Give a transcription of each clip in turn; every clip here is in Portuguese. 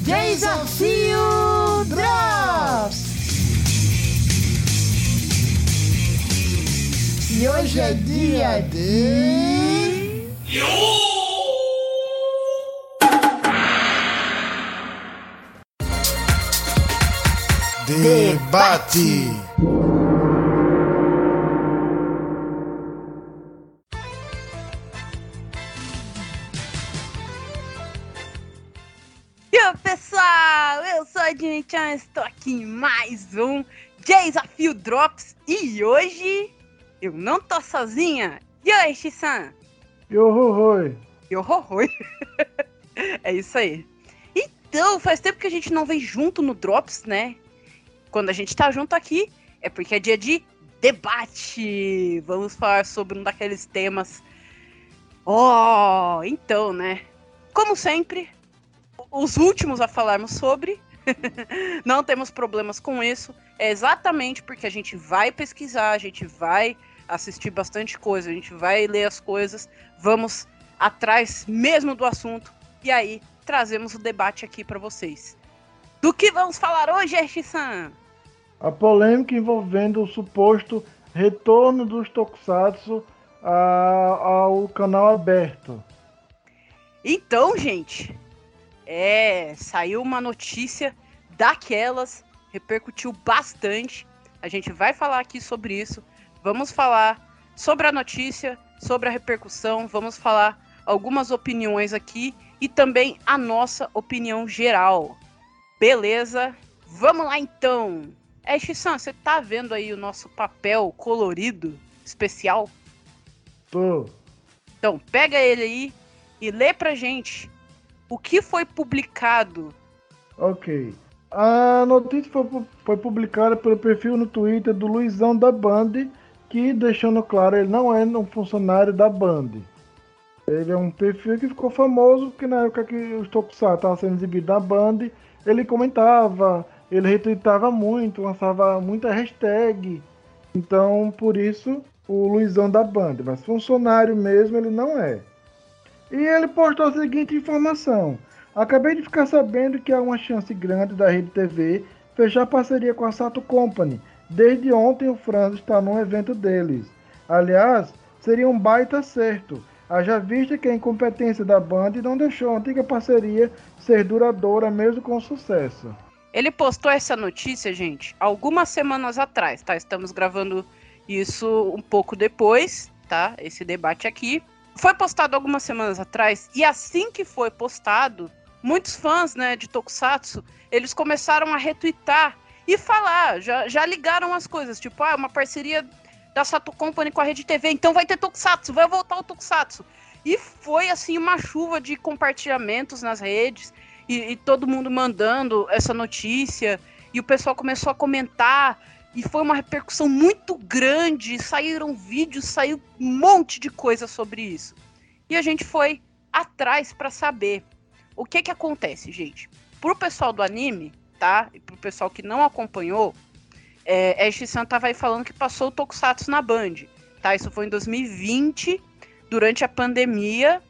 Desafio Drops! E hoje é dia de... Debate! E aí, pessoal, eu sou a Dini Chan, estou aqui em mais um Desafio Drops e hoje eu não tô sozinha. Yoshi-san! Yohohoi! Yohohoi! É isso aí. Então, faz tempo que a gente não vem junto no Drops, né? Quando a gente tá junto aqui, é porque é dia de debate. Vamos falar sobre um daqueles temas. Então, né? Como sempre, os últimos a falarmos sobre. Não temos problemas com isso. É exatamente porque a gente vai pesquisar, a gente vai assistir bastante coisa, a gente vai ler as coisas, vamos atrás mesmo do assunto e aí trazemos o debate aqui para vocês. Do que vamos falar hoje, Yoshi-san? A polêmica envolvendo o suposto retorno dos Tokusatsu ao canal aberto. Então, gente, saiu uma notícia daquelas, repercutiu bastante. A gente vai falar aqui sobre isso. Vamos falar sobre a notícia, sobre a repercussão. Vamos falar algumas opiniões aqui e também a nossa opinião geral. Beleza? Vamos lá então. Yoshi-san, você tá vendo aí o nosso papel colorido especial? Tô. Então, pega ele aí e lê pra gente o que foi publicado. Ok. A notícia foi publicada pelo perfil no Twitter do Luizão da Band, que, deixando claro, ele não é um funcionário da Band. Ele é um perfil que ficou famoso porque na época que os Tokusatsu estavam sendo exibidos na Band, ele comentava, ele retweetava muito, lançava muita hashtag. Então, por isso, o Luizão da Band. Mas funcionário mesmo ele não é. E ele postou a seguinte informação. Acabei de ficar sabendo que há uma chance grande da Rede TV fechar parceria com a Sato Company. Desde ontem o Franz está num evento deles. Aliás, seria um baita acerto. Haja vista que a incompetência da Band não deixou a antiga parceria ser duradoura mesmo com sucesso. Ele postou essa notícia, gente, algumas semanas atrás, tá? Estamos gravando isso um pouco depois, tá? Esse debate aqui. Foi postado algumas semanas atrás e assim que foi postado, muitos fãs, né, de Tokusatsu, eles começaram a retweetar e falar, já ligaram as coisas, tipo, uma parceria da Sato Company com a Rede TV, então vai ter Tokusatsu, vai voltar o Tokusatsu. E foi, assim, uma chuva de compartilhamentos nas redes e todo mundo mandando essa notícia e o pessoal começou a comentar e foi uma repercussão muito grande, saíram vídeos, saiu um monte de coisa sobre isso. E a gente foi atrás para saber o que acontece, gente. Pro pessoal do anime, tá? E pro pessoal que não acompanhou, Yoshi-san tava aí falando que passou o Tokusatsu na Band, tá? Isso foi em 2020, durante a pandemia,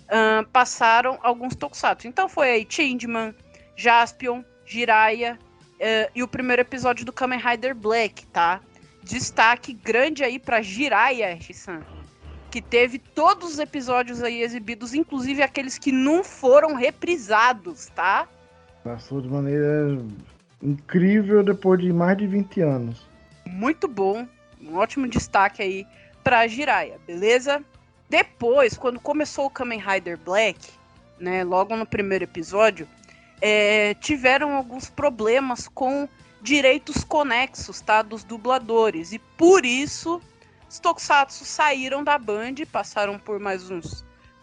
passaram alguns Tokusatsu. Então foi aí Changeman, Jaspion, Jiraiya, e o primeiro episódio do Kamen Rider Black, tá? Destaque grande aí pra Jiraiya, Yoshi-san, que teve todos os episódios aí exibidos, inclusive aqueles que não foram reprisados, tá? Passou de maneira incrível depois de mais de 20 anos. Muito bom, um ótimo destaque aí pra Jiraiya, beleza? Depois, quando começou o Kamen Rider Black, né, logo no primeiro episódio, tiveram alguns problemas com direitos conexos, tá, dos dubladores, e por isso os Tokusatsu saíram da Band, passaram por mais uns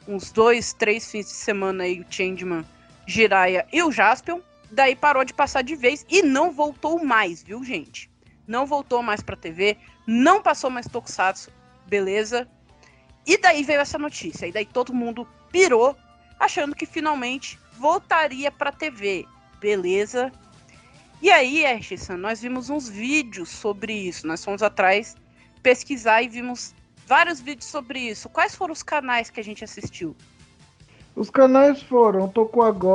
2-3 fins de semana aí, o Changeman, Jiraiya e o Jaspion, daí parou de passar de vez e não voltou mais, viu, gente? Não voltou mais pra TV, não passou mais Tokusatsu, beleza? E daí veio essa notícia, e daí todo mundo pirou, achando que finalmente voltaria pra TV, beleza? E aí, Yoshi-san, nós vimos uns vídeos sobre isso, nós fomos atrás pesquisar e vimos vários vídeos sobre isso. Quais foram os canais que a gente assistiu? Os canais foram Toku Agora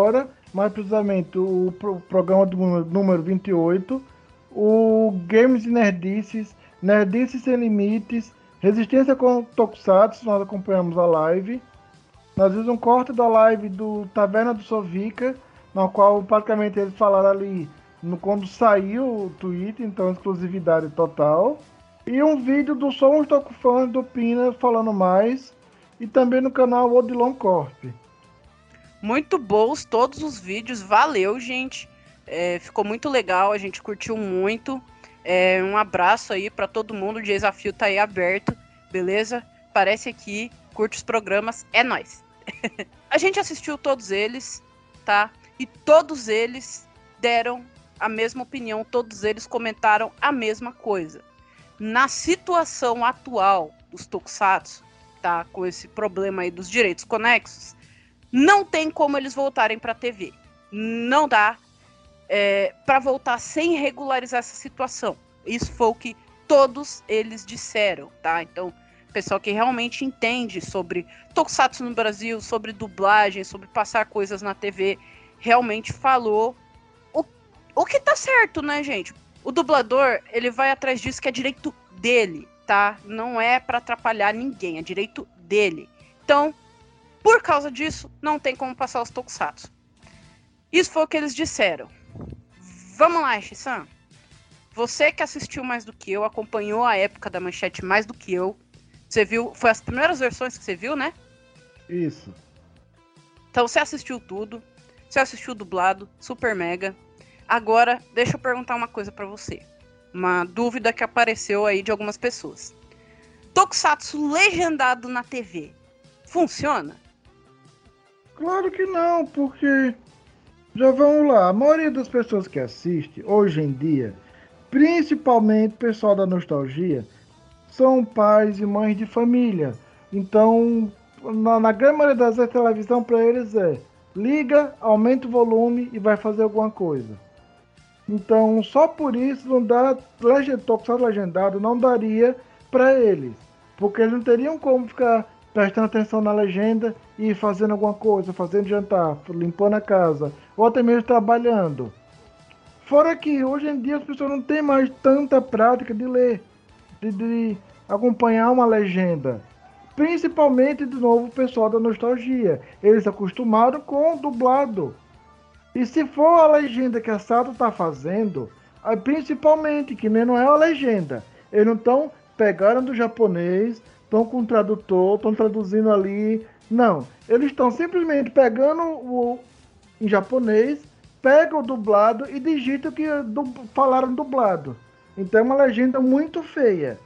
mais precisamente o programa do número 28, o Games e Nerdices, Nerdices Sem Limites, Resistência com Tokusatsu, nós acompanhamos a live. Nós vimos um corte da live do Taverna do Sovica, na qual praticamente eles falaram ali quando saiu o tweet, então exclusividade total. E um vídeo do Somos Tokufãs do Pina falando mais, e também no canal Odilon Corp. Muito bons todos os vídeos, valeu, gente. Ficou muito legal, a gente curtiu muito. Um abraço aí para todo mundo, o desafio tá aí aberto, beleza? Parece aqui, curte os programas, é nóis. A gente assistiu todos eles, tá? E todos eles deram a mesma opinião, todos eles comentaram a mesma coisa. Na situação atual dos Tokusatsu, tá? Com esse problema aí dos direitos conexos, não tem como eles voltarem para a TV. Não dá para voltar sem regularizar essa situação. Isso foi o que todos eles disseram, tá? Então, pessoal que realmente entende sobre Tokusatsu no Brasil, sobre dublagem, sobre passar coisas na TV, realmente falou o que tá certo, né, gente? O dublador, ele vai atrás disso que é direito dele, tá? Não é para atrapalhar ninguém, é direito dele. Então, por causa disso, não tem como passar os Tokusatsu. Isso foi o que eles disseram. Vamos lá, Shisan. Você que assistiu mais do que eu, acompanhou a época da Manchete mais do que eu. Você viu, foi as primeiras versões que você viu, né? Isso. Então você assistiu tudo. Você assistiu dublado, super mega. Agora, deixa eu perguntar uma coisa pra você. Uma dúvida que apareceu aí de algumas pessoas. Tokusatsu legendado na TV, funciona? Claro que não, porque já vamos lá, a maioria das pessoas que assiste hoje em dia, principalmente o pessoal da nostalgia, são pais e mães de família. Então, na grande maioria das vezes, a televisão para eles liga, aumenta o volume e vai fazer alguma coisa. Então, só por isso não dá, Tokusatsu legendado não daria para eles, porque eles não teriam como ficar prestando atenção na legenda e fazendo alguma coisa, fazendo jantar, limpando a casa, ou até mesmo trabalhando. Fora que hoje em dia as pessoas não têm mais tanta prática de ler, de acompanhar uma legenda. Principalmente, de novo, o pessoal da nostalgia. Eles se acostumaram com o dublado. E se for a legenda que a Sato está fazendo, principalmente, que nem não é uma legenda, eles não estão pegando do japonês, estão com o tradutor, estão traduzindo ali. Não, eles estão simplesmente pegando em japonês, pegam o dublado e digitam o que falaram dublado. Então é uma legenda muito feia.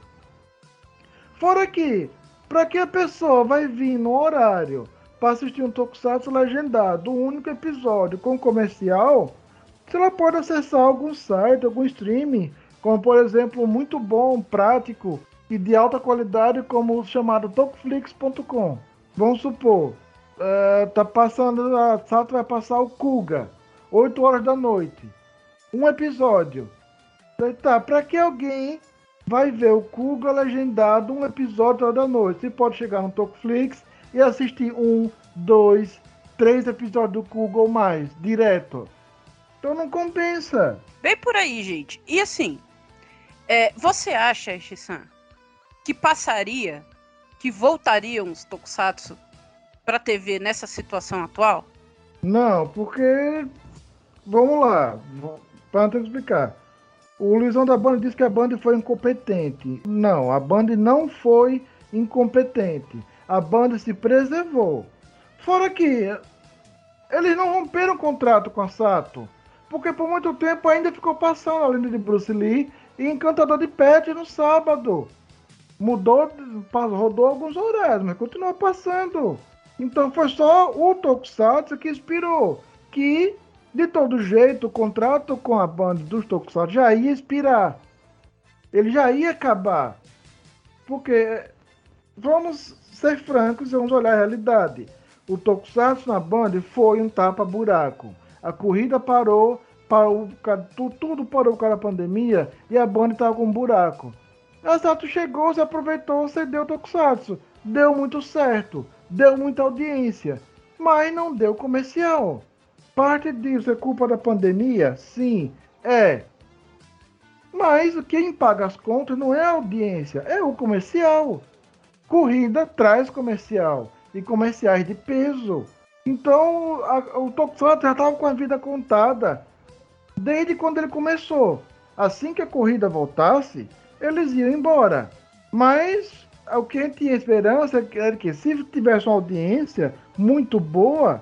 Fora que, para que a pessoa vai vir no horário para assistir um Tokusatsu legendado, um único episódio com comercial, se ela pode acessar algum site, algum streaming, como por exemplo, muito bom, prático e de alta qualidade, como o chamado Tokuflix.com. Vamos supor, tá passando, a Sato vai passar o Kuga, 8 horas da noite, um episódio. Tá, para que alguém vai ver o Kuga legendado um episódio da noite? Você pode chegar no Tokuflix e assistir 1, 2, 3 episódios do Kuga ou mais, direto. Então não compensa. Bem por aí, gente. E assim, você acha, Shisan, que passaria, que voltariam os Tokusatsu pra TV nessa situação atual? Não, porque... Vamos lá, para te explicar. O Luizão da Band disse que a Band foi incompetente. Não, a Band não foi incompetente. A Band se preservou. Fora que eles não romperam o contrato com a Sato, porque por muito tempo ainda ficou passando a linha de Bruce Lee e Encantador de Pet no sábado. Mudou, rodou alguns horários, mas continuou passando. Então foi só o Tokusatsu que inspirou, que de todo jeito o contrato com a Band dos Tokusatsu já ia expirar. Ele já ia acabar. Porque, vamos ser francos e vamos olhar a realidade. O Tokusatsu na Band foi um tapa-buraco. A corrida parou, tudo parou por causa da pandemia e a Band estava com um buraco. A Sato chegou, se aproveitou, cedeu o Tokusatsu. Deu muito certo, deu muita audiência, mas não deu comercial. Parte disso é culpa da pandemia? Sim, é. Mas quem paga as contas não é a audiência, é o comercial. Corrida traz comercial e comerciais de peso. Então o Tokusatsu já estava com a vida contada desde quando ele começou. Assim que a corrida voltasse, eles iam embora. Mas o que a gente tinha esperança era que se tivesse uma audiência muito boa,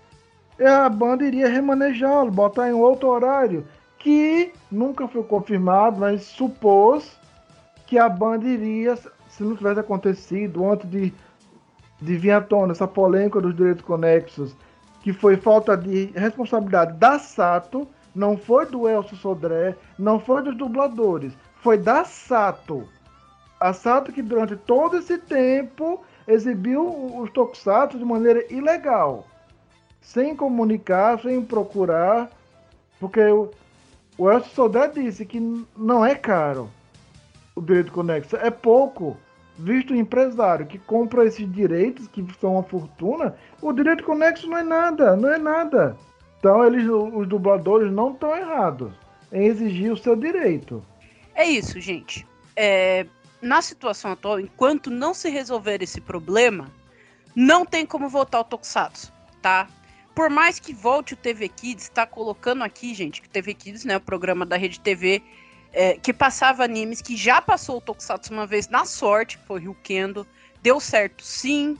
a banda iria remanejá-lo, botar em outro horário, que nunca foi confirmado, mas supôs que a banda iria, se não tivesse acontecido antes de vir à tona essa polêmica dos direitos conexos, que foi falta de responsabilidade da Sato, não foi do Elcio Sodré, não foi dos dubladores, foi da Sato. A Sato que durante todo esse tempo exibiu os Tokusatsu de maneira ilegal, sem comunicar, sem procurar, porque o Elcio Sodré disse que não é caro o direito conexo, é pouco. Visto o empresário que compra esses direitos, que são uma fortuna, o direito conexo não é nada, não é nada. Então os dubladores não estão errados em exigir o seu direito. É isso, gente. Na situação atual, enquanto não se resolver esse problema, não tem como voltar ao Tokusatsu, tá? Por mais que volte o TV Kids, tá colocando aqui, gente, que o TV Kids, né, o programa da Rede TV, que passava animes, que já passou o Tokusatsu uma vez na sorte, que foi Ryukendo, deu certo sim,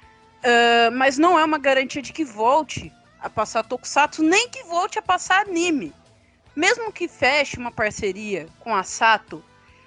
mas não é uma garantia de que volte a passar Tokusatsu, nem que volte a passar anime. Mesmo que feche uma parceria com a Sato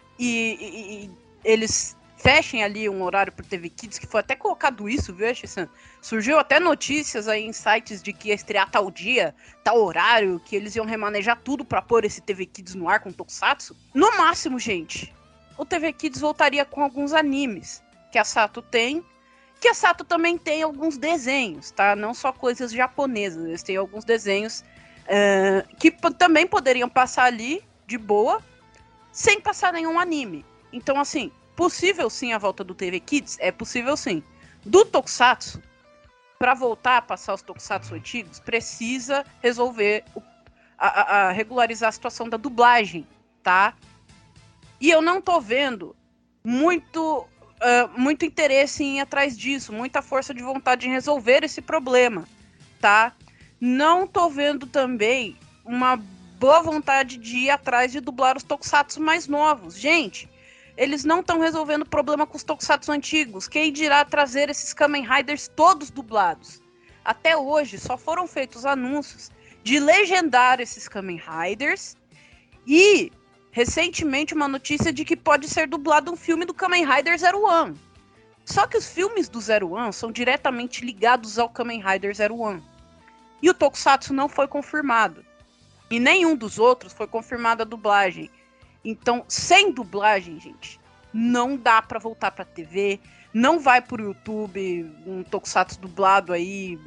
e eles fechem ali um horário pro TV Kids, que foi até colocado isso, viu, Ashissan? Surgiu até notícias aí em sites de que ia estrear tal dia, tal horário, que eles iam remanejar tudo pra pôr esse TV Kids no ar com Tokusatsu. No máximo, gente, o TV Kids voltaria com alguns animes que a Sato tem, que a Sato também tem alguns desenhos, tá? Não só coisas japonesas, eles têm alguns desenhos que também poderiam passar ali, de boa, sem passar nenhum anime. Então, assim, possível sim a volta do TV Kids? É possível sim. Do Tokusatsu, para voltar a passar os Tokusatsu antigos, precisa resolver, regularizar a situação da dublagem, tá? E eu não tô vendo muito interesse em ir atrás disso, muita força de vontade em resolver esse problema, tá? Não tô vendo também uma boa vontade de ir atrás de dublar os Tokusatsu mais novos. Gente, eles não estão resolvendo o problema com os Tokusatsu antigos. Quem dirá trazer esses Kamen Riders todos dublados? Até hoje só foram feitos anúncios de legendar esses Kamen Riders e, recentemente, uma notícia de que pode ser dublado um filme do Kamen Rider Zero One. Só que os filmes do Zero One são diretamente ligados ao Kamen Rider Zero One. E o Tokusatsu não foi confirmado. E nenhum dos outros foi confirmada a dublagem. Então, sem dublagem, gente, não dá pra voltar pra TV, não vai pro YouTube um Tokusatsu dublado aí,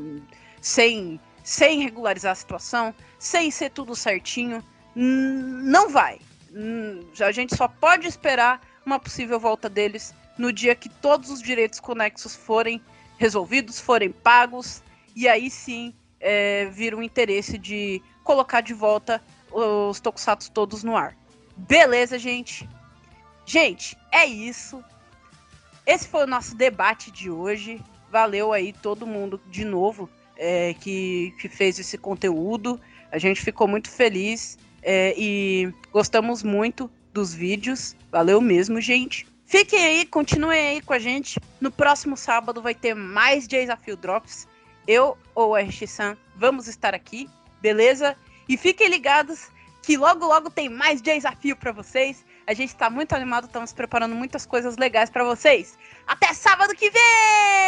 sem regularizar a situação, sem ser tudo certinho, não vai. A gente só pode esperar uma possível volta deles no dia que todos os direitos conexos forem resolvidos, forem pagos, e aí sim vira um interesse de colocar de volta os Tokusatsu todos no ar. Beleza, gente? Gente, é isso. Esse foi o nosso debate de hoje. Valeu aí todo mundo de novo que fez esse conteúdo. A gente ficou muito feliz e gostamos muito dos vídeos. Valeu mesmo, gente. Fiquem aí, continuem aí com a gente. No próximo sábado vai ter mais Desafio Drops. Eu ou a RX-san vamos estar aqui, beleza? E fiquem ligados que logo logo tem mais desafio pra vocês. A gente tá muito animado, estamos preparando muitas coisas legais pra vocês. Até sábado que vem!